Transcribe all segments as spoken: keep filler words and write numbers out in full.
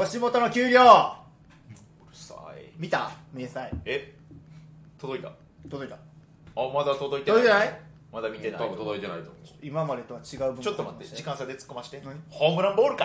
吉本の給料。うるさい。 見た明細。 え届いた。 届いた。 あ、まだ届いてない。 届いてない。 まだ見てない。 多分届いてないと思う。 今までとは違う文化。 ちょっと待って、時間差で突っ込まして。 何ホームランボールか。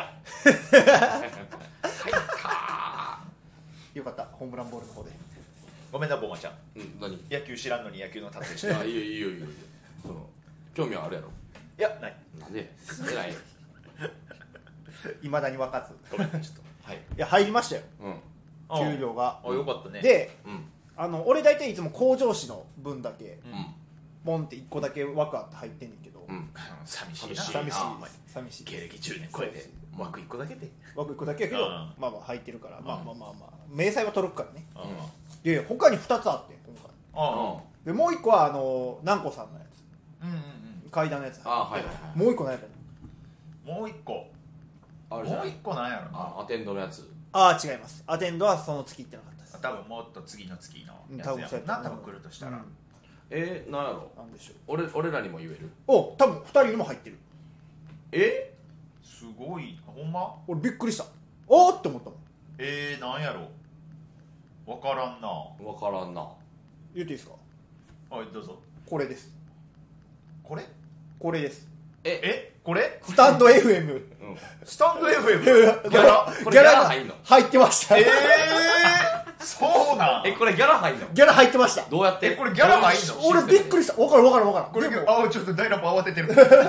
はいかよかった、ホームランボールの方で。 ごめんな、ボマちゃん。 ー。うん、何？ 野球知らんのに野球の達成して。 あ、いいよいいよいいよ。その興味はあるやろ。 いや、ない。 なんで？出ないよ。 いまだに分かず。 ごめん、ちょっと。 はい。 いや、入りましたよ、 うん給料が。 あ、よかったね。 で、 うんあの俺大体いつも向上士の分だけうん。 ポンっていっこだけ枠あって入ってんねんけど、 うん寂しいな。 寂しい寂しいあです寂しい芸歴じゅうねん超えて枠いっこだけで。 枠いっこだけやけど、 うんまあまあ入ってるから、 んまあまあまあまあ明細は取るからね。 うん。 で他にふたつあって今回あで、もういっこはあの南光さんのやうんうんつ、階段のやつ。 ああ、はいはいはい。 もういっこ何やったの？ うん。もう一個。 あるじゃないもう一。個なんやろな。 あ、アテンドのやつ。 ああ違います。アテンドはその月行ってなかったです。 多分もっと次の月のうんやつや多分そうやったな。多分来るとしたら。 うんえー、なんやろ。 なんでしょう。 俺俺らにも言える。 お多分ふたりにも入ってる。 え？ すごい。ほんま？ 俺びっくりした。おーって思ったもん。 えー、なんやろ。わからんな。 わからんな。 言っていいですか？ はい、どうぞ。 これです。 これ？ これです。 え？ え、これ？ スタンド エフエムうん。 スタンド エフエム？ ギャギャラ？ これギャラ入んの？ 入ってました。 えー、そうなん？ え、これギャラ入んの？ ギャラ入ってました。 どうやって？ えこれギャラ入んの？ 俺びっくりした。分かる分かる分かる。 これでもあ、ちょっとダイナポ慌ててる。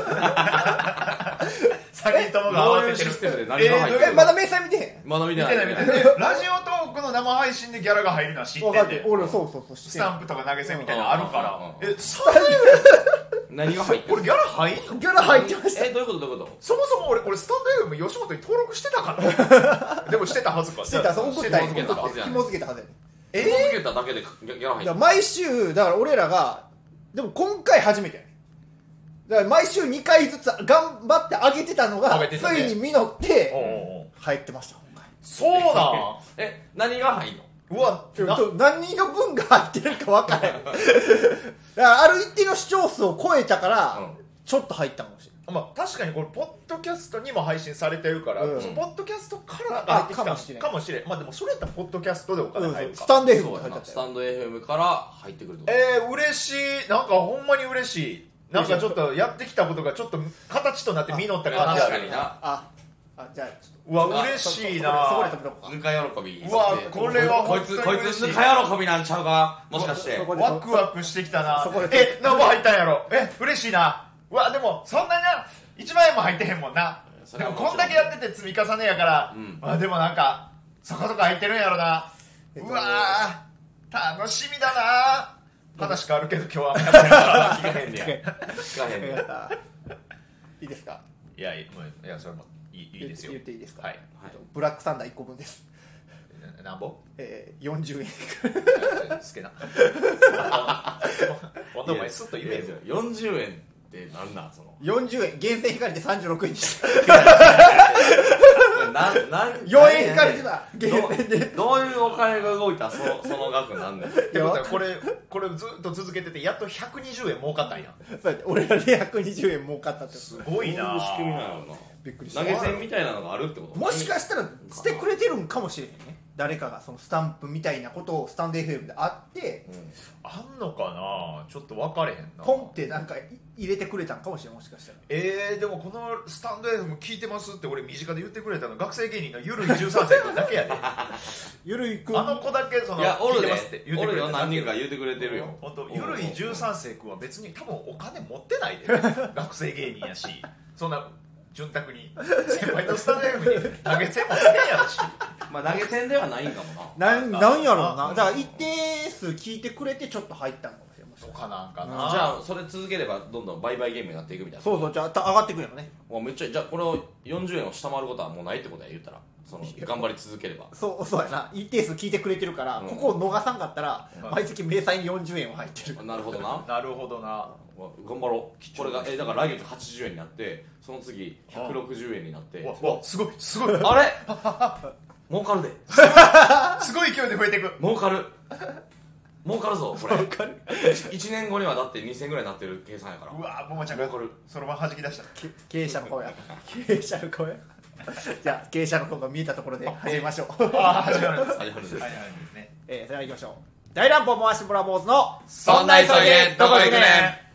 さんにんともがどういう慌ててる。 システムで何が入ってるえまだ明細見てへん。 まだ見て見ないね。 てない見てない。ラジオトークの生配信でギャラが入るのは知って分かってて。 俺そうそうそう知ってスタンプとか投げ銭みたいなのあるから。 うんえ、さ何が入ってる？ これギャラ入んの？ ギャラ入ってました。 え、どういうことどういうこと？ そもそも俺これスタンド エフエム 吉本に登録してたからでもしてたはずか。 してた、そう送った紐付けたはずやね紐付けたはずやね。 え紐付けただけでギャギャラ入ってる。 だから毎週だから俺らがでも今回初めてやね。だから毎週にかいずつ頑張って上げてたのが上げてたねついに実っておうおうおう入ってました今回。 そうなえ、何が入んの？ ん。うわ、なちょっと何の分が入ってるか分からへん。だからある一定の視聴数を超えたから、 うんちょっと入ったかもしれない。 まあ、確かにこれポッドキャストにも配信されてるから、 うんそのポッドキャストからなんか入ってきたあかもしれんかもしれん。まあでもそれやったらポッドキャストでお金入るか、 スタンド エフエムそうやな。 入っちゃったよ。 スタンド エフエム から入ってくるってこと。 えー、嬉しい。なんかほんまに嬉しい。なんかちょっとやってきたことがちょっと形となって実った感じある確かにな。 ああじゃあちょっとうわ嬉しいな。 そこでそこで止めとこうか。 ぬか喜び。 うわこれはこいつこい本当に嬉しいつぬか喜びなんちゃうか、もしかしてそ。こでワクワクしてきたなそこでえ何本入ったんやろ。え嬉しいな。うわでもそんなにないちまんえんも入ってへんもんな。でもこんだけやってて積み重ねやから、 うんあでもなんかそこそこ入ってるんやろな。 えっとうわー楽しみだな。話変わるけど今日はあんまりやってない聞かへんねや。聞かへんねや。 いいですか？ いやいやいやそれもいいいいですよ。 言っていいですか？ はい。 はい。 ブラックサンダーいっこぶんです。 ななんぼえー、よんじゅうえん。 つけな。ほんとお前スッと言える。 よんじゅうえんってなんなんその。 よんじゅうえん厳選引かれてさんじゅうろくえんにした。 なんなんよえん引かれてた厳選で。 どういうお金が動いたそのその額なんだよ。 ってことはこれこれずっと続けててやっとひゃくにじゅうえん儲かったんや。 そうやって俺らでひゃくにじゅうえん儲かったってすごいな。 どういう仕組みなのな。 びっくりした。 投げ銭みたいなのがあるってこと？ もしかしたらしてくれてるんかもしれへんね。誰かがそのスタンプみたいなことをスタンド エフエム であって、 あんのかな。ちょっと分かれへんな。 ポンってなんか入れてくれたんかもしれん。もしかしたらえー、でもこのスタンド エフエム 聞いてますって俺身近で言ってくれたの学生芸人のゆるいじゅうさんせい君だけやで。あゆるいくんの子だけそのいや、おるで聞いてますって言ってくれたおるよ、何人か言うてくれてるよ。 本当ゆるいじゅうさんせい君は別に多分お金持ってないで学生芸人やしそんな潤沢に先輩のスタンド エフエム に投げ銭もせんやろし。 まあ投げ銭ではないんかもな。 なんなんやろうな。だから一定数聞いてくれてちょっと入ったんかもしれん。もしかとしたらかなんかな。 じゃあそれ続ければどんどん売買ゲームになっていくみたいな。 そうそう、じゃあた上がってくるよね。 もうめっちゃ、じゃあこれをよんじゅうえんを下回ることはもうないってことや、言ったら。その頑張り続ければ。 そうそうやな。一定数聞いてくれてるから、 うんここを逃さんかったら、 うん毎月明細によんじゅうえんは入ってる。 なるほどな。 なるほどな。 頑張ろう。これがえだから来月はちじゅうえんになって、その次ひゃくろくじゅうえんになって。 わわすごいすごいあれ儲かるで。 すごい勢いで増えていく。 儲かる。儲かるぞこれ。 わかる。 いちねんごにはだってにせんぐらいになってる計算やから。 うわボマちゃんが儲かる。 そのまま弾き出した。 け経営者の声や。経営者の声。 じゃあ傾斜の方が見えたところで始めましょうああ始まるんです始まるんです始まるんですね。 えー、それでは行きましょう。大乱暴回しブラボーズのそんな急いでどこ行くねん。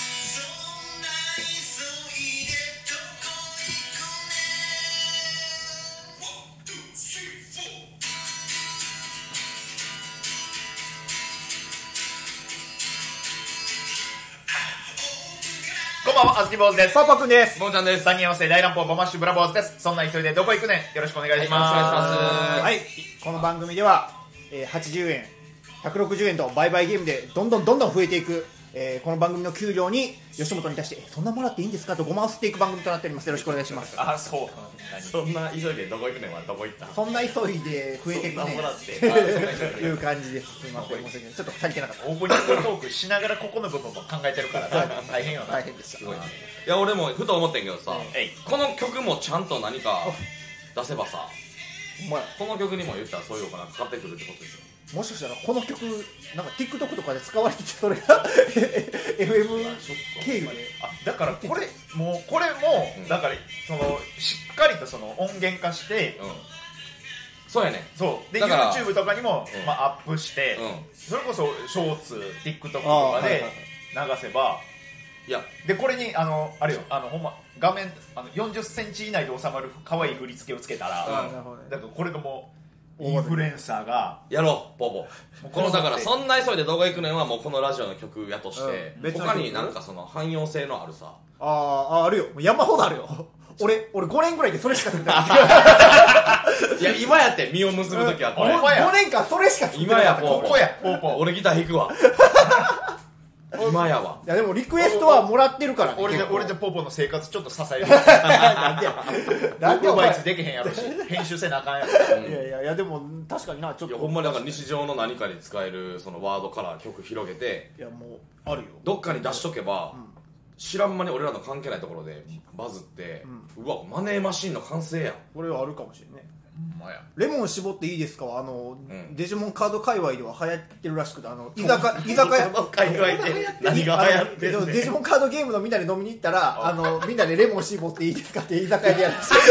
こんばんは、あずき坊主です。 パパくんです。 もんちゃんです。 さんにん合わせ大乱暴ボマッシュブラボーズです。そんな急いでどこ行くねん。よろしくお願いします。 はいよろしくお願いしますはい、この番組では、えー、はちじゅうえんひゃくろくじゅうえんと売買ゲームでどんどんどんどん増えていく、えー、この番組の給料に吉本に対してえそんなもらっていいんですかとごまを吸っていく番組となっております。よろしくお願いします。 あ、そう。何そんな急いでどこ行くねんはどこ行った。 そんな急いで増えていくねそんなもらってという感じです。すみません、申し訳ない。ちょっと足りてなかった。 オープニングトークしながらここの部分も考えてるからな大変よな。 大変でした。 すごい。いや俺もふと思ってんけどさ、 えい。 この曲もちゃんと何か出せばさ、 お前この曲にも言ったらそういうお金かかってくるってことでしょ。 もしかしたらこの曲なんか TikTok とかで使われててそれがエフエム 経由であ、だからこれもうこれも、 うんだからそのしっかりとその音源化して、 うん。そうやね。 そうでだから YouTube とかにも、 うんまあ、アップして、 うん。 それこそショーツ TikTok とあーかではい流せば、 いや、 でこれにあのあれよあのほんま画面あのよんじゅっセンチ以内で収まる可愛い振り付けをつけたら、 あなるほどねだからこれがもうインフルエンサーがやろう、ポポ。 もうこのだからこそんな急いで動画行くねんはもうこのラジオの曲やとして、 うん別の曲他になんかその汎用性のあるさ、 あーあーあるよ、もう山ほどあるよ俺俺ごねんぐらいでそれしか作ってないいや今やって実を結ぶときはこれ、 ほんまやごねんかんそれしか作ってなかった今やポここやポーポー俺ギター弾くわ今やわ。 いやでもリクエストはもらってるからね俺で結構俺でポーポーの生活ちょっと支えるなんでやなんでお前ウーバーイーツできへんやろし編集せなあかんやろうんいやいやいやでも確かになちょっといやほんまにだから日常の何かに使えるそのワードから曲広げていやもうあるよどっかに出しとけば、 うん知らん間に俺らの関係ないところでバズって、うわマネーマシンの完成やん。 これはあるかもしれんね。 ほんまやレモン絞っていいですかはあの、 んデジモンカード界隈では流行ってるらしくてあの居酒居酒屋この界隈で何が流行ってんあのねん。 デジモンカードゲームのみんなで飲みに行ったらあのみんなでレモン絞っていいですかって居酒屋でやるんですよ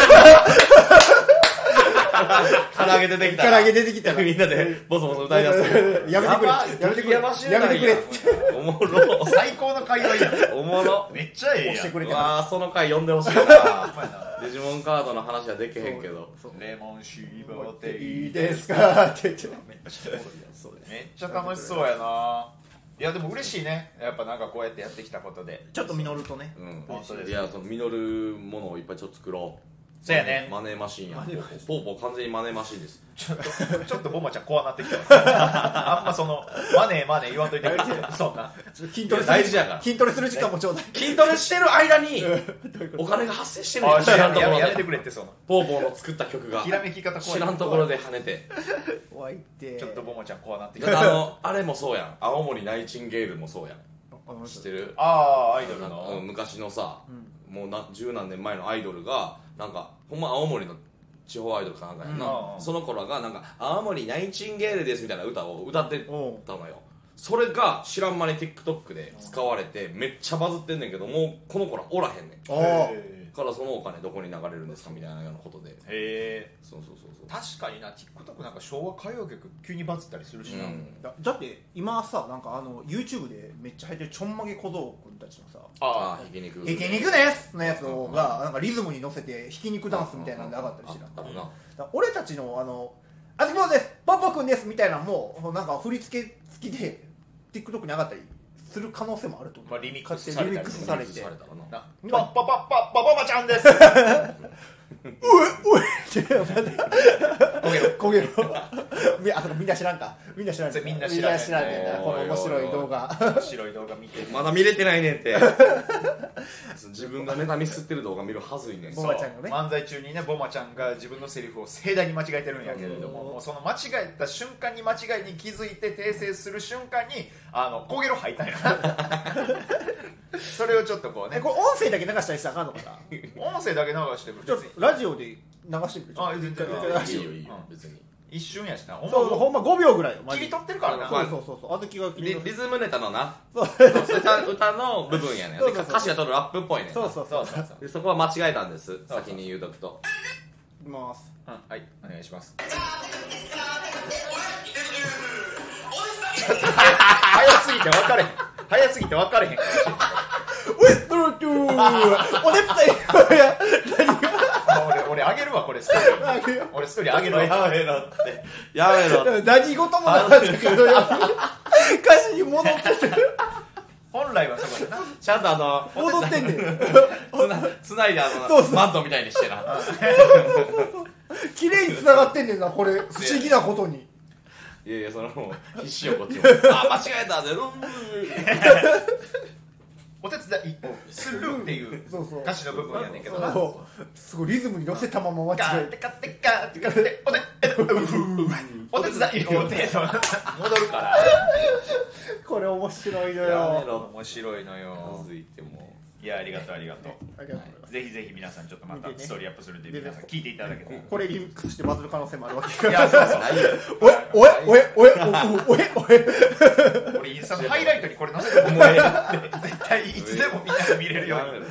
唐揚げ出てきた唐揚げ出てきたらみんなでボソボソ歌い出すやめてくればやめてくれやばしやめてくれおもろ最高の会話やんおもろめっちゃええやん押してくれてうわーその回呼んでほしいなほんまやデジモンカードの話はできへんけどそうなレモン絞っていいいいですかって言ってめっちゃおもろいやんそうめっちゃ楽しそうやないやでも嬉しいねやっぱなんかこうやってやってきたことでちょっと実るとねうん本当ですいやその実るものをいっぱいちょっと作ろうそうやねマネーマシンやマネーマシポーポー完全にマネーマシンですちょっとちょっとボマちゃん怖なってきたわあんまそのマネーマネー言わんといてくれそんな筋トレする大事やから筋トレする時間もちょうだい筋トレしてる間にお金が発生してるよあ知らんところやめてでくれってそのポーポーの作った曲がひらめき方怖い知らんところで跳ねて怖いってちょっとボマちゃん怖なってきだってたあのあれもそうやん青森ナイチンゲールもそうやんあの知ってるああアイドルなんかうんの昔のさ、 うんもうな十何年前のアイドルがなんかほんま青森の地方アイドルかなんかやんな、 うんその頃がなんか「青森ナイチンゲールです」みたいな歌を歌ってたおうのよ。それが知らん間に TikTok で使われてめっちゃバズってんねんけどもうこの子らおらへんねんああへからそのお金どこに流れるんですかみたいなようなことでえそうそうそうそう確かにな TikTok なんか昭和歌謡曲急にバズったりするしな、 うんだだって今さなんかあの YouTube でめっちゃ入ってるちょんまげ小僧くんたちのさああひき肉ひき肉ですのやつをがなんかリズムに乗せてひき肉ダンスみたいなんで上がったりしてるあったもんなだから俺たちのあの「あずきぼうですポッポくんです」みたいなのもなんか振り付け付きで TikTok に上がったりする可能性もあると思う、 まあリミックスされたりリミックスされてリミックスされたらななパッパパッパッパボマちゃんですうえうえって焦げろ焦げろみあそこみんな知らんかみんな知らんかみんな知らんみんな知らんねんなこの面白い動画白い動画見てまだ見れてないねんって自分がネタミスってる動画見るはずいねんボマちゃんがね漫才中にねボマちゃんが自分のセリフを盛大に間違えてるんやけれども、 うんもうその間違えた瞬間に間違いに気づいて訂正する瞬間にあの焦げろ吐いたんやそれをちょっとこうねえこれ音声だけ流したりしたらあかんのかな音声だけ流してくちょっ別にとラジオで流してみるあ全然ラジオいいよいいようん別に一瞬やしなほんまそうそうほんまごびょうぐらいよマジで切り取ってるからな、 そうそうそうそうあずきが切りリ取ってリズムネタのなそう歌歌の部分やねんそうそうそうで歌詞が取るラップっぽいねんそうそうそうそうそうそうでそこは間違えたんです先に言うとくときます。 うん、はいお願いします。早すぎて分かれへん早すぎて分かれへんおいドロトゥーおねっぱいや何が俺俺あげるわこれストーリー俺ストーリーあげるわやめろってやめろって何事もなかったけど歌詞に戻ってて本来はそうだなちゃんとあの戻ってんねんつなつないであのそうそうマントみたいにしてな綺麗に繋がってんねんなこれ不思議なことに。 いやいやその必死よこっちもあ間違えたでルンお手伝いするっていうそうそう歌詞の部分やねんけどな。 そうすごいリズムに乗せたまま間違えてカテカテカテカテお手お手伝いお手戻るからこれ面白いのやめよ。 ろ面白いのよ。 続いてもいやありがとうありがとう。 ありがとうございます。 ぜひぜひ皆さんちょっとまた見てねストーリーアップするんで皆さん聞いていただけたら。 これリミックスしてバズる可能性もあるわけいやそうそうないよおえおえおえおえおえ俺インスタのハイライトにこれ載せてももうええ絶対いつでもみんなが見れるように。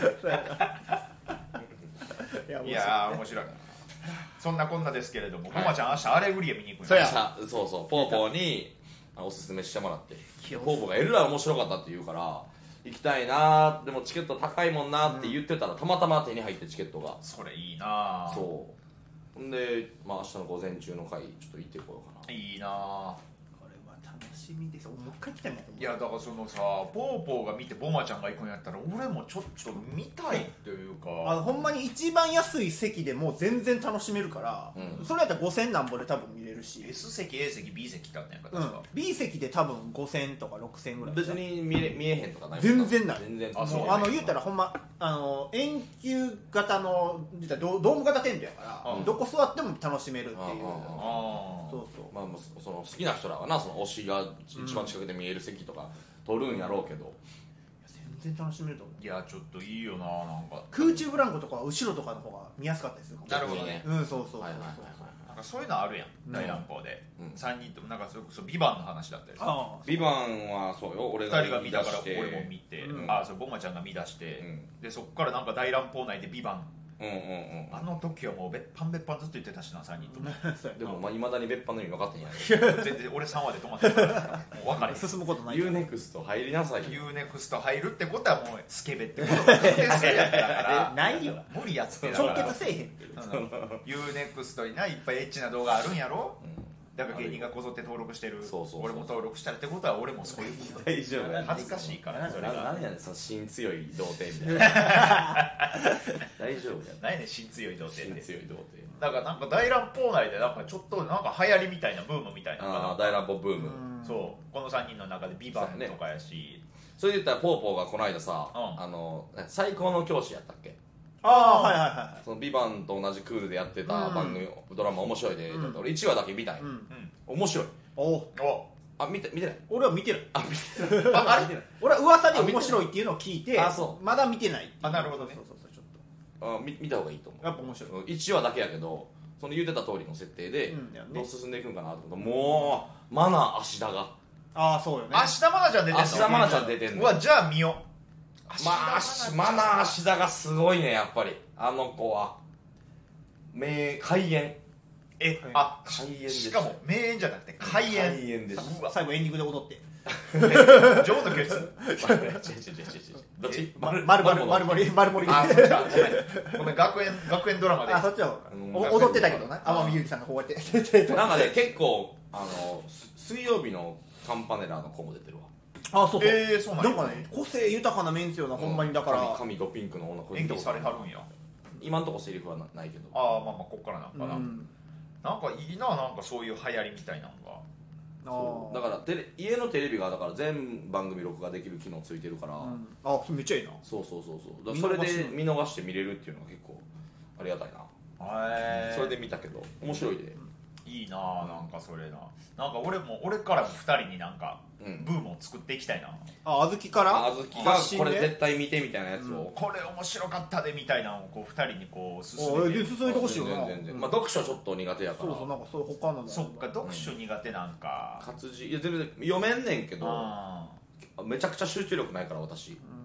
いやー面白い。そんなこんなですけれども、もまちゃん明日アレグリア見に行くんや。 そうそうそうポーポーにおすすめしてもらってポーポーがえらい面白かったって言うから行きたいなでもチケット高いもんなって言ってたらたまたま手に入ってチケットがそれいいな。 そうほんで、まあ、明日の午前中の回ちょっと行ってこようかないいな。 これは楽しみです。もう一回来たいもん。 いやだからそのさポーポーが見てボマちゃんが行くんやったら俺もちょっと見たいというかあのほんまに一番安い席でもう全然楽しめるから、 うんそれやったらごせんなんぼで多分見れるし、 S 席 A 席 B 席ってあったんやんかうん確か、、 B 席で多分ごせんとかろくせんぐらい別に見え見えへんとかない全然ない全然あそうもうあの言うたらほんまあの円球型の言うたらドドーム型テントやから、 うんどこ座っても楽しめるっていう、 うんうんうんあそうそうまあ、その好きな人らはなその推しが一番近くで見える席とか取るんやろうけど、 全然楽しめると思う。 いやちょっといいよななんか空中ブランコとかは後ろとかの方が見やすかったりするかも。 なるほどねうん、そうそうそうそう、 はいはいはいなんかそういうのあるやん、 うん大乱暴で、 うんさんにんともなんかそれこそビバンの話だったりさああビバンはそうよ俺ふがたりが見たから出して俺も見て、 うんああそれボマちゃんが見出して、 うんでそっからなんか大乱暴内でビバンうんうんうんあの時はもう別班別班ずっと言ってたしなさんにんともそうやでもまあいまだに別班の意味分かってんや全然俺さんわで止まってるからもう分かれへん進むことない。 ユーネクスト入りなさいよユーネクスト入るってことはもうスケベってことが確定するやつだからえないよ無理やつってだか直ら結せえへんっていう。 ユーネクストにないっぱいエッチな動画あるんやろ、 うんだから芸人がこぞって登録してるそうそうそう俺も登録したらってことは俺もそういうこと大丈夫や恥ずかしいからそれながなんやねんその心強い童貞みたいな大丈夫や何やねん心強い童貞っ心て強い童貞だからなんか大乱暴内でなんかちょっとなんか流行りみたいなブームみたいなのがああ大乱暴ブームうんそうこのさんにんの中でビバンとかやし、 それで言ったらポーポーがこの間さ、 うんあの最高の教師やったっけああはいはいはいはい。 そのビバンと同じクールでやってた番組、ドラマ面白いで、 うん俺いちわだけ見たんよ、 うん。 うん面白いおおあ見て見てない俺は見てる。 あ見てないああれ見てない俺は噂で面白いっていうのを聞いて、 あそうまだ見てないっていう。 あなるほどねそうそうそうちょっあ見見た方がいいと思とやっぱ面白い。 ういちわだけやけどその言ってた通りの設定で、 うんやねどう進んでいくんかなと思ったらもうマナー芦田がああそうよね。 芦田愛菜ちゃん出てんの芦田愛菜ちゃん出てんのうわじゃあ見ようまあしマナー芦田がすごいねやっぱりあの子は名開演えあ開演でしかも名演じゃなくて開演開演でしたうわ最後エンディングで踊って。 女王の教室違う違う違う違うどっち丸丸丸丸丸丸森。 あそっちかごめんごめん学園学園ドラマであそっちはうんお踊ってたけどな。天海祐希さんがこうやって。 なんかね結構あのす水曜日のカンパネラの子も出てるわあそうそう。 えーそうなんやなんかね個性豊かなメンツよなほんまにだから。 髪髪ドピンクの女の子演技されはるんや今んとこセリフはなないけどああまあまあこっからなんかな、 うん。 なんかいいななんかそういう流行りみたいなのがそうだかからテレ家のテレビがだから全番組録画できる機能ついてるから、 うん、あめっちゃいいな。 そうそうそうそうだからそれで見逃して見れるっていうのが結構ありがたいな、 へえそれで見たけど面白いで、 いいななんかそれななんか俺も俺からもふたりになんかうんブームを作っていきたいな、 あ小豆からあずきが発信でこれ絶対見てみたいなやつを、 これ面白かったでみたいなのをこうふたりにこう進おいめて進めてほしいよな。 全然全然、 うんまあ、読書ちょっと苦手やからそうそうなんかそういう他のもそっか読書苦手なんか、 活字いや全然読めんねんけどあめちゃくちゃ集中力ないから私ー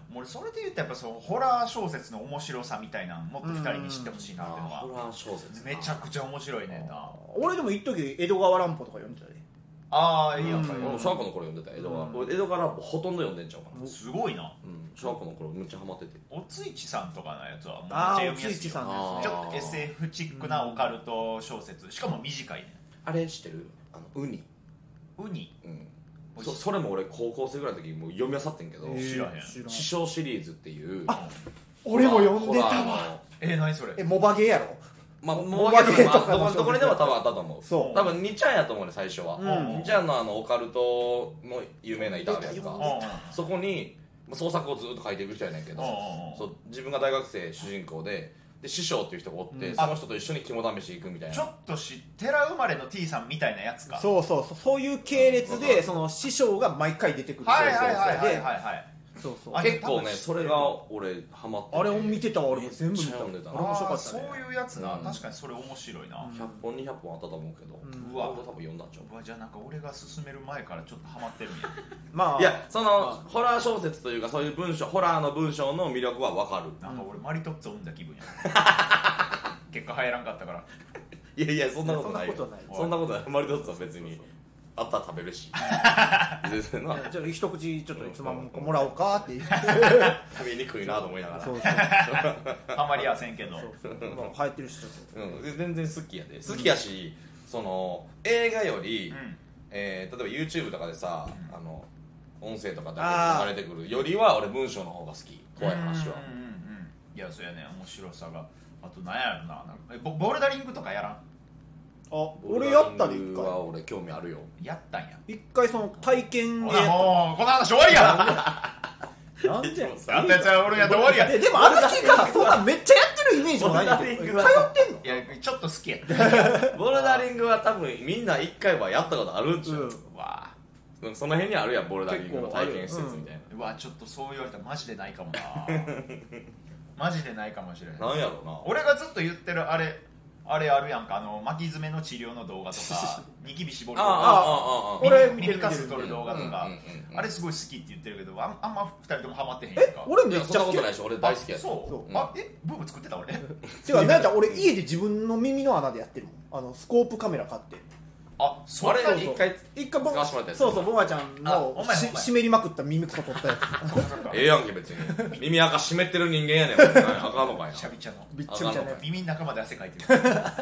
俺それで言うとやっぱそうホラー小説の面白さみたいなのもっとふたりに知ってほしいなっていうのはホラー小説めちゃくちゃ面白いねんな。 俺でも一時江戸川乱歩とか読んでたで。 ああいいやんか、 うん俺も小学校の頃読んでた江戸川、俺江戸川乱歩ほとんど読んでんちゃうかな、 すごいな。 うん、小学校の頃めっちゃハマってておついちさんとかのやつはもうめっちあーゃ読みやすいよ。 おついちさんのやつねちょっと エスエフ チックなオカルト小説、しかも短いね。 あれ知ってるあのウニ、 ウニうん、そそれも俺高校生ぐらいの時もう読み漁ってんけど、 えー知らへん知らん師匠シリーズっていうあ俺も読んでたホラーのわ。 えー、何それ。 えモバゲーやろ。 まあ、 モもうバゲーとかのどこどこにでも多分あったと思う。 そう多分にちゃんやと思うね最初は、 うんにちゃんのあのオカルトの有名な板あるやつうんか、 うんそこにまあ創作をずっと書いていく人やねんけど、 うんそう自分が大学生主人公でで師匠っていう人がおって、 うんその人と一緒に肝試し行くみたいな。 ちょっとし寺生まれの T さんみたいなやつか。 そうそうそうそういう系列でその師匠が毎回出てくる。 はいはいはいはいはいではい。 そうそう。 あ結構ねそれが俺ハマってて、 あれを見てたわ俺も全部見た。 めっちゃ読んでたなあれ面白かあーったね。 そういうやつな、 うん確かにそれ面白いな、 うんひゃっぽんにひゃっぽんあったと思うけど、 うんうわ多分読んだんちゃううわじゃあなんか俺が勧める前からちょっとハマってるんや。 まあいやそのホラー小説というかそういう文章ホラーの文章の魅力は分かる。 なんか俺マリトッツォ飲んだ気分や結果入らんかったから。 いやいやそんなことないよそんなことないそんなことない。マリトッツォは別にあったら食べるし全然なちょっと一口ちょっとつまむもらおうかって言って。 食べにくいなと思いながらそうそうハマりやせんけど。 そうそう。まあ流行ってる人。 うん、で全然好きやで好きやし、その映画より、 うんえー例えば YouTube とかでさ、 うんあの音声とかあーで流れてくるよりは俺文章の方が好き。怖い話はうんうんうんうんいやそうやね面白さが。あとなんやろな、なんかえボボルダリングとかやらん。 あ俺やったで一ボルダリングは回。 俺興味あるよ。 やったんや。 一回その体験ほで。 らもうこの話終わりやなんでやあんたやつは俺やったら終わりや。 ででもあの日がそんなめっちゃやってるイメージもないんだけど。通ボルダリングはってんの？ いやちょっと好きやったボルダリングは多分みんな一回はやったことあるんちゃう、 うんうわその辺にあるやんボルダリングの体験施設みたいな、 うわちょっとそう言われたらマジでないかもなマジでないかもしれない。 なんやろな。 俺がずっと言ってるあれあれあるやんか、あの巻き爪の治療の動画とかニキビ絞る動画、 ああああああ俺ミニカス取る動画とか、 うんうんうんうんあれすごい好きって言ってるけど、あんあんまふたりともハマってへんやんえか。 俺めいやそんなっちゃ好きやことないし俺大好きやあそう、 そうあえブーム作ってた俺てかなんか俺家で自分の耳の穴でやってるもん。あのスコープカメラ買ってあそあれれがそうそう一回一回ボ使わせてもらったやつそうそうボマちゃんあのしお前お前湿りまくった耳くそ取ったやええやんけ別に耳垢湿ってる人間やねん俺あかんのかいなシャビちゃんのつびっちゃびちゃね耳の中まで汗かいてるちちち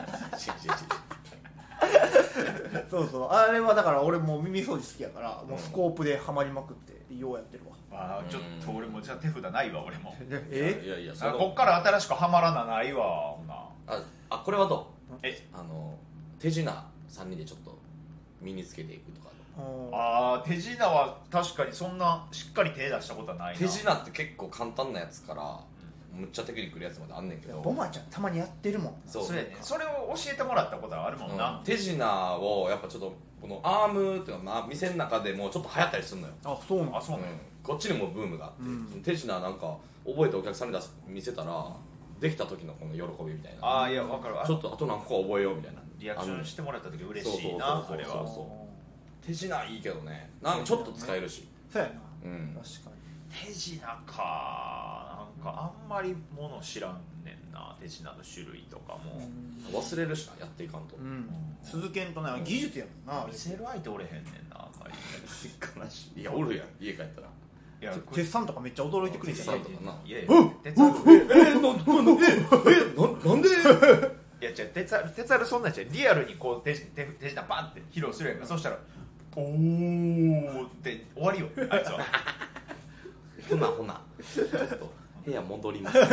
そうそうあれはだから俺もう耳掃除好きやからもうスコープでハマりまくってようやってるわ。 あーちょっと俺もじゃあ手札ないわ俺もえいやいやそあのこっから新しくハマらなないわほんな。 ああこれはどうえあの手品さんにんでちょっと身につけていくとかあー手品は確かにそんなしっかり手出したことはないな。 手品って結構簡単なやつからむっちゃテクニックいるやつまであんねんけどボマちゃんたまにやってるもんな。 そうそうやねそれを教えてもらったことはあるもんな、 うん手品をやっぱちょっとこのアームっていうか、まあ、店の中でもちょっと流行ったりするのよ、 あそうなんあそうね、 うんこっちにもブームがあって、 うん手品なんか覚えてお客さんに出す見せたらできた時のこの喜びみたいなああいや分かるわちょっとあと何個か覚えようみたいなリアクションしてもらった時嬉しいなそうそうそうそうあれはそうそう手品いいけどねなんかちょっと使えるし、 そうやなうん確かに。 手品かなんかあんまりもの知らんねんな手品の種類とかも、 忘れるしなやっていかんと、 うん続けんとな技術やもんな。 見せる相手おれへんねんなあんまり悲しいいやおるやん家帰ったらいや鉄さんとかめっちゃ驚いてくれて鉄さんとかないやいやうん鉄あるえー、ななんでえななんでいや違う鉄ある鉄あるそんなんじゃうリアルにこう手手手品バンって披露するやんかそしたらおーって終わりよあいつはほなほなちょっと部屋戻ります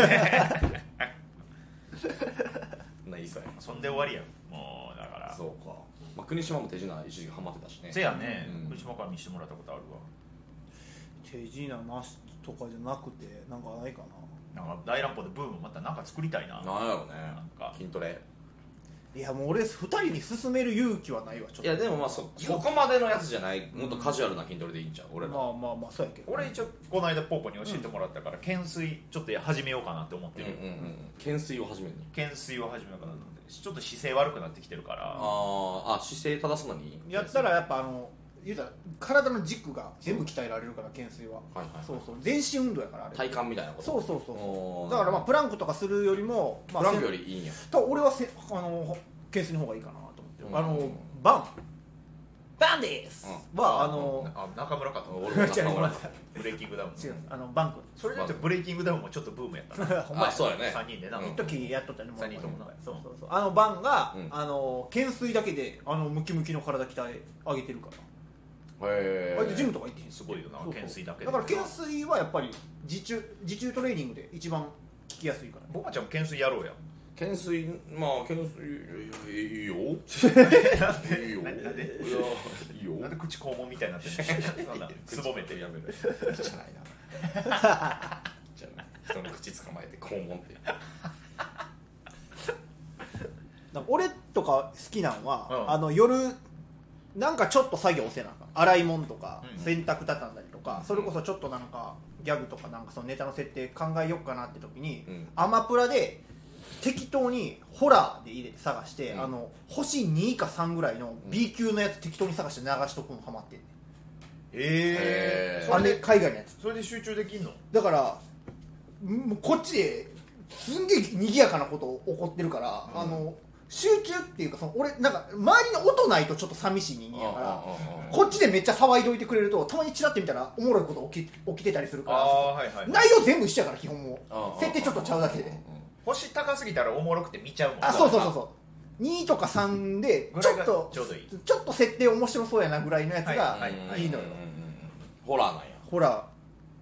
な言いそうやそんで終わりやんもうだからそうか、まあ、国島も手品一時期ハマってたしねせやねうん福島から見せてもらったことあるわ手品なしとかじゃなくてなんかないかな。 なんか大乱歩でブームまたなんか作りたいななんやろねなんか筋トレいやもう俺ふたりに勧める勇気はないわちょっと。 いやでもまあそそこまでのやつじゃないもっとカジュアルな筋トレでいいんちゃう俺ら、 まあまあまあそうやけど。 俺一応この間ポーポに教えてもらったから、懸垂ちょっと始めようかなって思ってる、 うんうんうん懸垂を始めるに懸垂を始めようかなと思ってちょっと姿勢悪くなってきてるからあーあ姿勢正すのにやったらやっぱあの言うたら体の軸が全部鍛えられるから懸垂は、 はいはいはい、 そうそう全身運動やからあれ体幹みたいなことそうそうそうそうだからまあプランクとかするよりも、まあ、 プランクよりいいんや多分俺はせあの懸垂の方がいいかなと思ってる、 うん、 あのバンバンです、うん、はあのあ中村かと俺も中村ブレイキングダウン違うあのバン君それだってブレイキングダウンもちょっとブームやったなほんまやそうやねさんにんでな、 一時やっとったねさんにんともなそうそうそうあのバンが、 うん、 あの懸垂だけであのムキムキの体鍛え上げてるからへえあれでジムとか行ってへんすごいよなそうそう懸垂だけでだから懸垂はやっぱり自重自重トレーニングで一番効きやすいからボマちゃんも懸垂やろうや懸垂まあ懸垂いいよなんでいいよなんでいやいいよなんで口肛門みたいになってるのすぼめてやめるじゃないなじゃあ人の口捕まえて肛門ってなんか俺とか好きなのは、 うん、 あの夜なんかちょっと作業せなあかん洗い物とか、 うん、 洗濯畳んだりとか、うん、それこそちょっとなんかギャグとかなんかそのネタの設定考えようかなって時に、うん、アマプラで適当にホラーで入れて探して、うん、あの星にかさんぐらいの B 級のやつ適当に探して流しとくのハマってんねんえー、あれ海外のやつそれで集中できんのだからもうこっちですんげえ賑やかなこと起こってるから、うん、あの集中っていうかその俺なんか周りに音ないとちょっと寂しい人間やからこっちでめっちゃ騒いどいてくれるとたまにチラッて見たらおもろいこと起き、起きてたりするから、 はいはい、 内容全部一緒やから基本も設定ちょっとちゃうだけで星高すぎたらおもろくて見ちゃうもんあそうそうそうそうにとかさんでちょっとちょうどいいちょっと設定面白そうやなぐらいのやつがいいのよホラーなんやホラー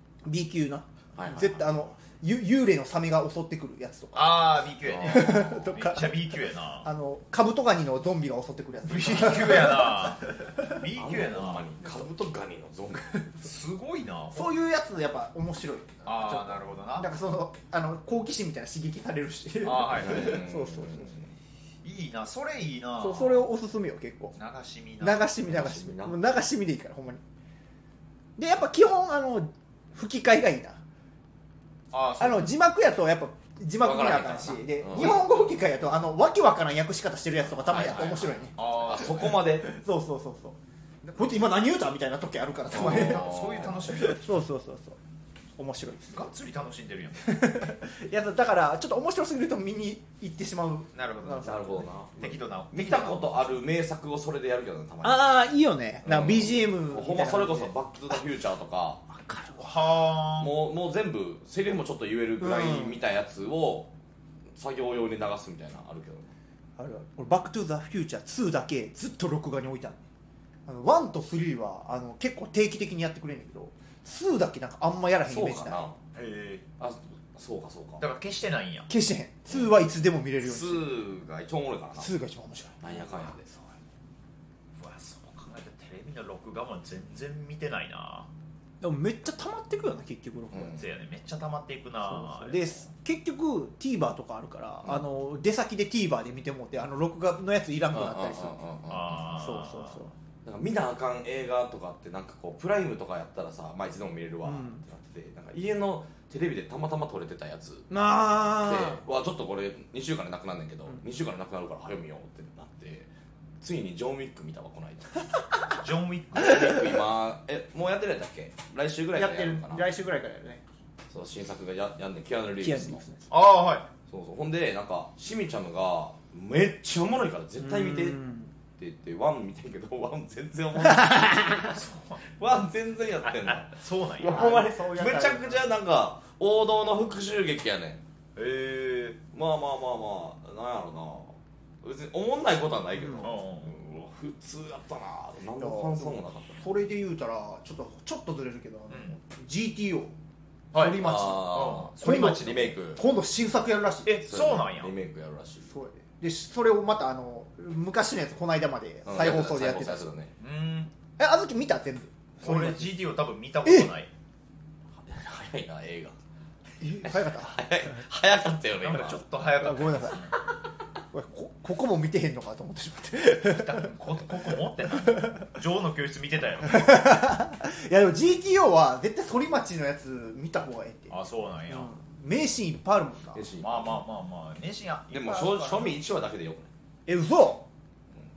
B 級な、はいはいはい、絶対あの幽霊のサメが襲ってくるやつとかああ B 級やねとかめっちゃ B 級やなあのカブトガニのゾンビが襲ってくるやつ B 級やな B 級やなカブトガニのゾンビすごいなそういうやつやっぱ面白いああなるほどななんかそのあの好奇心みたいな刺激されるしああはいはいそうそうそういいなそれいいなそうそれをおすすめよ結構流し見な流し見流し見もう流し見でいいからほんまにでやっぱ基本あの吹き替えがいいなああの字幕やとやっぱ字幕見なあかんしで、うん、日本語吹き替えやとあのわけわからん訳し方してるやつとかたまにやって面白いね、 ああそこまでそうそうそうそうほんと今何言うたみたいな時あるからたまにそういう楽しみそうそうそうそう面白いですがっつり楽しんでるやんいやだからちょっと面白すぎると見に行ってしまうなるほどなるほどな適度な見たことある名作をそれでやるけどねたまにああいいよねなんか ビージーエム みたいなほんまそれこそバックトゥザフューチャーとかはもうもう全部セリフもちょっと言えるぐらい見たやつを作業用に流すみたいなのあるけどあるある俺バックトゥザフューチャーツーだけずっと録画に置いたのあのワンとスリーはあの結構定期的にやってくれるんだけどツーだけなんかあんまやらへんイメージない。へえ。 あ、そうかそうか。 だから消してないんや。 消してへん。ツーはいつでも見れるようにしてる。 ツーが一番おもろいからな。 ツーが一番面白い。 なんやかんやで。 うわ、そう考えたらテレビの録画も全然見てないな。 でもめっちゃ溜まってくよな結局録画。 そうやね、めっちゃ溜まっていくな。 そうそうで結局 TVer とかあるから、うん、あの出先で TVer で見てもってあの録画のやついらんくなったりする。ああ、そうそうそう。 なんか見なあかん映画とかってなんかこうプライムとかやったらさ、まあ、いつでも見れるわってなってて、うん、なんか家のテレビでたまたま撮れてたやつでわちょっとこれにしゅうかんでなくなんねんけど、うん、にしゅうかんでなくなるから早見ようってなってついにジョン・ウィック見たわこの間ジョン・ウィック今えもうやってるやったっけ来週ぐらいからやるのかな。 来週ぐらいからやるね。 そう新作が や, やんねんキアヌ・リーブスのああはいそうそうほんでなんかシミちゃんがめっちゃおもろいから絶対見てって言ってワン見てんけどワン全然おもろいワン全然やってんのそうなんやほんまにめちゃくちゃなんか王道の復讐劇やねんへえー、 まあまあまあまあなんやろな別におもんないことはないけど、うんうん、普通やったな何の感想もなかったそれで言うたらちょっとちょっとずれるけど、うん、ジーティーオー反町反町リメイク今度新作やるらしいえそうなんやリメイクやるらしいそうやでそれをまたあの昔のやつこの間まで再放送でやってたし、うんね、えあずき見た全部俺 ジーティーオー 多分見たことない早いな映画え早かった早かったよねなんかちょっと早かったごめんなさいこ, ここも見てへんのかと思ってしまってこ, ここ持ってない女王の教室見てたよいやでも ジーティーオー は絶対反町のやつ見た方がええってあそうなんや、うん名シーンいっぱいあるもんなまあまあまあまあ名シーンやでも正味いちわだけでよくないえ嘘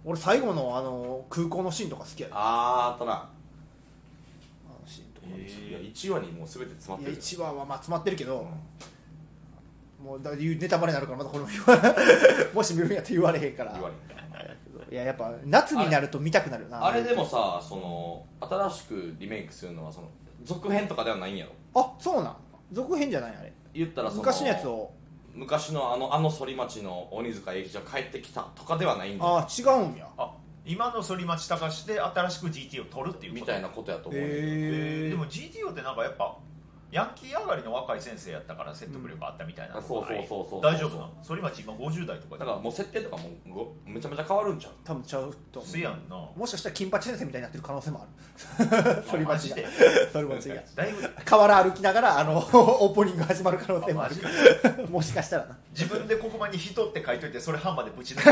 俺最後のあの空港のシーンとか好きやで、 あーあったな。 あのシーンとか、 いやいちわにもう全て詰まっいやてる。 いちわはまあ詰まってるけど、 うんもうだ言うネタバレになるからまたこれももし見るんやったら言われへんから言われへん。 いややっぱ夏になると見たくなるな。 あれでもさ、その新しくリメイクするのはその続編とかではないんやろ。 あ、そうなん、続編じゃないあれ、 言ったらその昔のやつを。 昔のあのあの反町の鬼塚英吉が帰ってきたとかではないんだあ、違うんや。 あ、今の反町隆史で新しく ジーティー を取るっていうことみたいなことやと思うねんけど。 へーえーでも ジーティーオー ってなんかやっぱヤンキー上がりの若い先生やったから説得力あったみたいな、 うんそうそうそうそう大丈夫なの？反町今ごじゅう代とかでだからもう設定とかもごめちゃめちゃ変わるんちゃう。 多分ちゃうと思う。 せやんな。 もしかしたら金八先生みたいになってる可能性もある。反町がマジで反町がだいぶ河原歩きながらあのオープニング始まる可能性もあるあマ。 もしかしたらな。 自分で黒板に人って書いといてそれハンマーでぶち抜く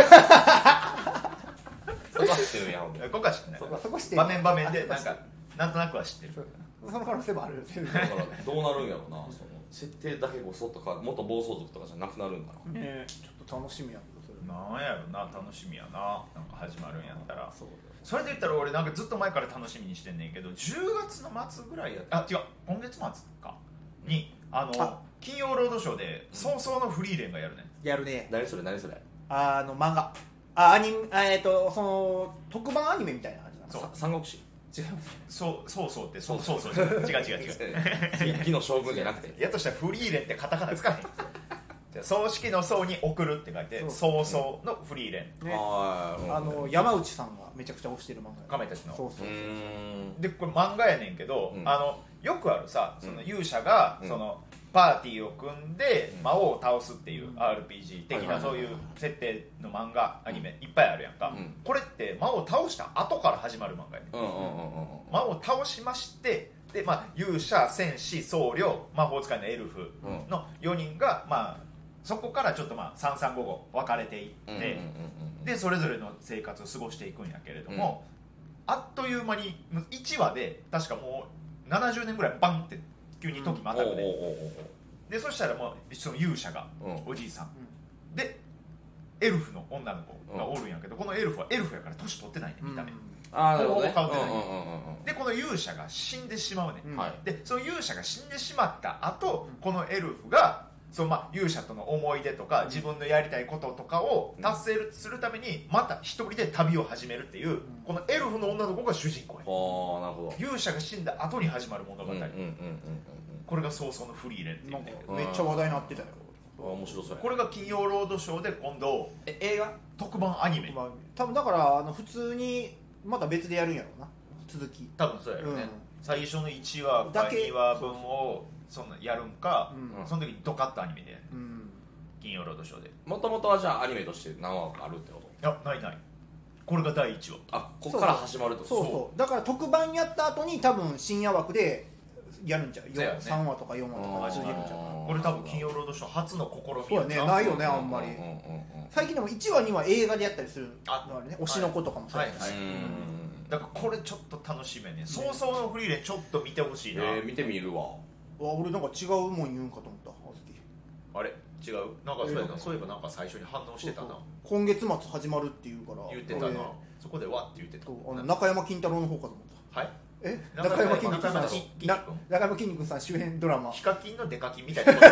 そこは知ってるやんほんでここは知ってないそこそこして場面場面でなんかなんとなくは知ってる。 その可能性もある。 だからどうなるんやろうな、その設定だけごそっと変わる、元暴走族とかじゃなくなるんかな。 ね、ちょっと楽しみやけどそれ。 なんやろな、楽しみやな、なんか始まるんやったら。 そうそれで言ったら俺なんかずっと前から楽しみにしてんねんけど、じゅうがつの末ぐらいやあ違う今月末かにあのあ金曜ロードショーで早々のフリーレンがやるねん。 やるね。 何それ何それ。 あの漫画、あアニメ、あえっ、とその特番アニメみたいな感じなんですそうか。 三国志。 違います。 そうそうそうってそうそうそう違う違う違う違う義の将軍じゃなくて。 やとしたらフリーレンってカタカナ使えへん。じゃあ葬式の葬に送るって書いてそう早々のフリーレン、 ね、 あーあの山内さんがめちゃくちゃ推してる漫画。 かまいたちのそうそうう。 ーんでこれ漫画やねんけど、 うんあのよくあるさうんその勇者が、 うんそのパーティーを組んでうん魔王を倒すっていううんアールピージー 的はいはいはいなそういう設定の漫画アニメいっぱいあるやんか、 うんこれって魔王を倒した後から始まる漫画やねん、 うんうんうんうん魔王を倒しましてで、まあ、勇者戦士僧侶魔法使いのエルフうんのよにんが、まあ、そこからちょっとまあさんさんごご分かれていって、 うんうんうんうんでそれぞれの生活を過ごしていくんやけれども、あっという間にいちわで確かもうななじゅうねんぐらいバンって急に時またぐね、 おうおうおうでそしたらもうその勇者がおううんおじいさん、でエルフの女の子がおるんやけど、このエルフはエルフやから年取ってないね見た目、 ああなるほどね。 ほぼ変わってないうんうんうんうんでこの勇者が死んでしまうね、 うんはい。 でその勇者が死んでしまった後、このエルフがそのまあ勇者との思い出とか自分のやりたいこととかを達成するためにまた一人で旅を始めるっていう、このエルフの女の子が主人公や、 ああなるほど。 勇者が死んだ後に始まる物語、 うんうんうんうんこれが早々のフリーレンっていうんだけど、 めっちゃ話題になってたよ。 うん。あ面白そうや。 これが金曜ロードショーで今度え映画？ 特番アニメ、 まあ、多分だからあの普通にまた別でやるんやろうな、続き。 多分そうやろね、 うん最初のいちわかだけにわぶんをそんなやるんか、 うんその時にドカッとアニメでやるうん、 金曜ロードショーでもともとはじゃあアニメとして何話かあるってこと？ いやないないこれがだいいちわあここから始まるってこと？ そうそう、だから特番やった後に多分深夜枠でやるんちゃう、 そうやねさんわとかよんわとかマジで続けるんちゃう。 これ多分金曜ロードショー初の試みそうやね、ないよねあんまり。 うんうんうんうん最近でもいちわにわ映画でやったりするあのあるね、推しの子とかもそうやし、 はいはいうんだからこれちょっと楽しみやね早々のフリーレンちょっと見てほしいな、 えー見てみるわ。 うわ俺なんか違うもん言うんかと思った。あずきあれ違うなんかそういえばえーそういえばなんか最初に反応してたなそうそう今月末始まるって言うから言ってたな俺そこでわって言ってたそうあの中山金太郎の方かと思った。 はいえ中中山筋肉さん中山筋肉な中山筋肉さん主演ドラマヒカキンのデカキンみたいなこと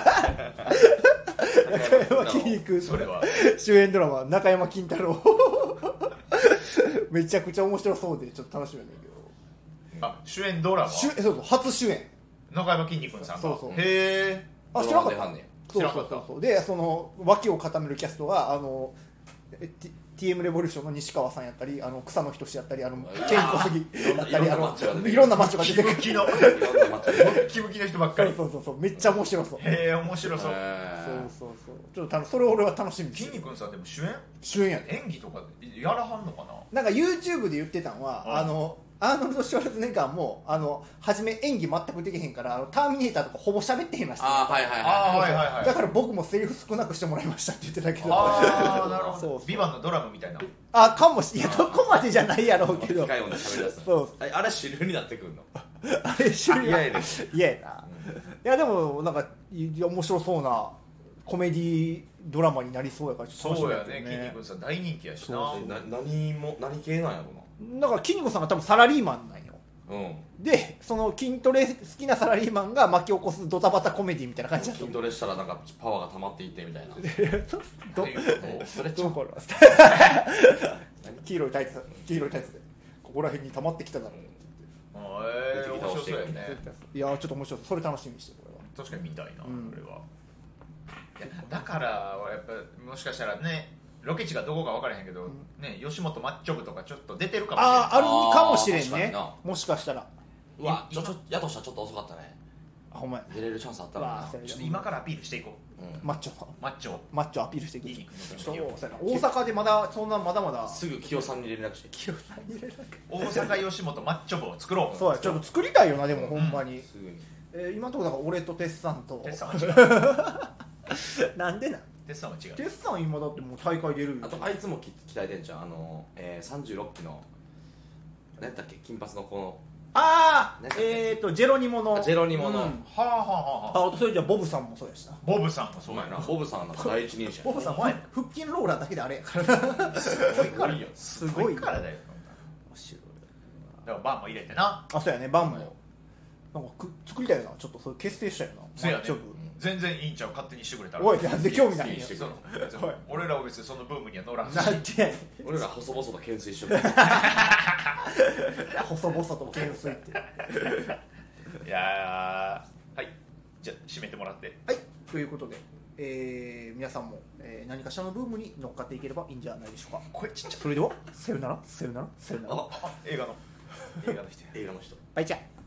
中山筋肉それは主演ドラマ中山金太郎めちゃくちゃ面白そうでちょっと楽しみなんだけど、 あ主演ドラマ主そうそう初主演。 中山きんに君さんがそうそうへえあ知らなかったドラマではんねん。 そう知らなかったそうそうそうでその脇を固めるキャストがあのえ T- ティーエム レボリューションの西川さんやったりあの草野仁やったりあのケンコ杉やったりあのいろんなマッチョが出てくる。 ムキのいろんなマッチョでムキムキの人ばっかりそうそうそうそうめっちゃ面白そう。 へえ面白そうへーそうそうそうちょっと楽それ俺は楽しみにしてる。 きんに君さんでも主演主演やね。 演技とかやらはんのかななんか YouTube で言ってたのは、 うんあのアーノルド・シュワルツェネッガーもあの初め演技全くできへんからあのターミネーターとかほぼ喋ってへんらしい。 あーはいはいあはあはいはいはいだから僕もセリフ少なくしてもらいましたって言ってたけど、 ああなるほそうそうどビバンのドラムみたいなあかもしいやどこまでじゃないやろうけい。 ど機械音で喋り出す。 そうあれあれ主流になってくるの。 あれ知る嫌やねん。 嫌やな。いやでもなんかい面白そうなコメディドラマになりそうやからちょっとそう楽しみだけどやね、筋肉さん大人気やしな。 えな何も何系なんやろだから筋肉さんが多分サラリーマンなんよ。 な。うんでその筋トレ好きなサラリーマンが巻き起こすドタバタコメディみたいな感じだと思う。 筋トレしたらなんかパワーが溜まっていってみたいな。 どっていうことそれちょっどこと黄色いタイツ黄色いタイツでここら辺に溜まってきただろう。 あえー、面白そうやね。 いやーちょっと面白そう。それ楽しみにしてこれは。 確かに見たいな、 うんこれは。いやだからやっぱもしかしたらね、ロケ地がどこか分からへんけど、ね、吉本マッチョ部とかちょっと出てるかもしれない。 あああるかもしれんねあー確かにな。 もしかしたらうわちょちょやとしたらちょっと遅かったね。 あほんまや。 出れるチャンスあったらなわあそれちょっと今からアピールしていこう。 うんマッチョマッチョマッチョアピールしていく。 いい肉のそうそうやな大阪でまだそんなまだまだすぐ清さんに連絡して清さんに入れなきゃ大阪吉本マッチョ部を作ろう。 そうやちょっと作りたいよなでもほんまに、 すぐにえー今のところだから俺とテッサンとテッサンは違う。 なんでなんテッサンは違う。 テッサン今だってもう大会出るよあとあいつもき期待出んじゃん。あの、えー、さんじゅうろっきの何やったっけ金髪の子のああねえっ、ー、とジェロニモのあジェロニモのうんはあはあはあはあ。 あそれじゃボブさんもそうやしな。 ボブさんもそうやな。 ボブさんなんか第一人者ボブさん前腹筋ローラーだけであれやからなすごいからよすごいからだよ。 面白いだからバンも入れてな。 あそうやねバンもなんかく作りたいよなちょっとそれ結成したいよなそうやねマッチョ部。 全然いいんちゃう、勝手にしてくれたら。 おいなんで興味ないんやしてそうおい俺らは別にそのブームには乗らんし。 なんてやねん俺ら細々と懸垂しよう細々と懸垂っていやーはい、じゃあ締めてもらって。 はいということで、えー皆さんも、えー何かしらのブームに乗っかっていければいいんじゃないでしょうか。 声ちっちゃい。 それではさよならさよならさよならあ映画の映画の人や。 映画の人バイチャー。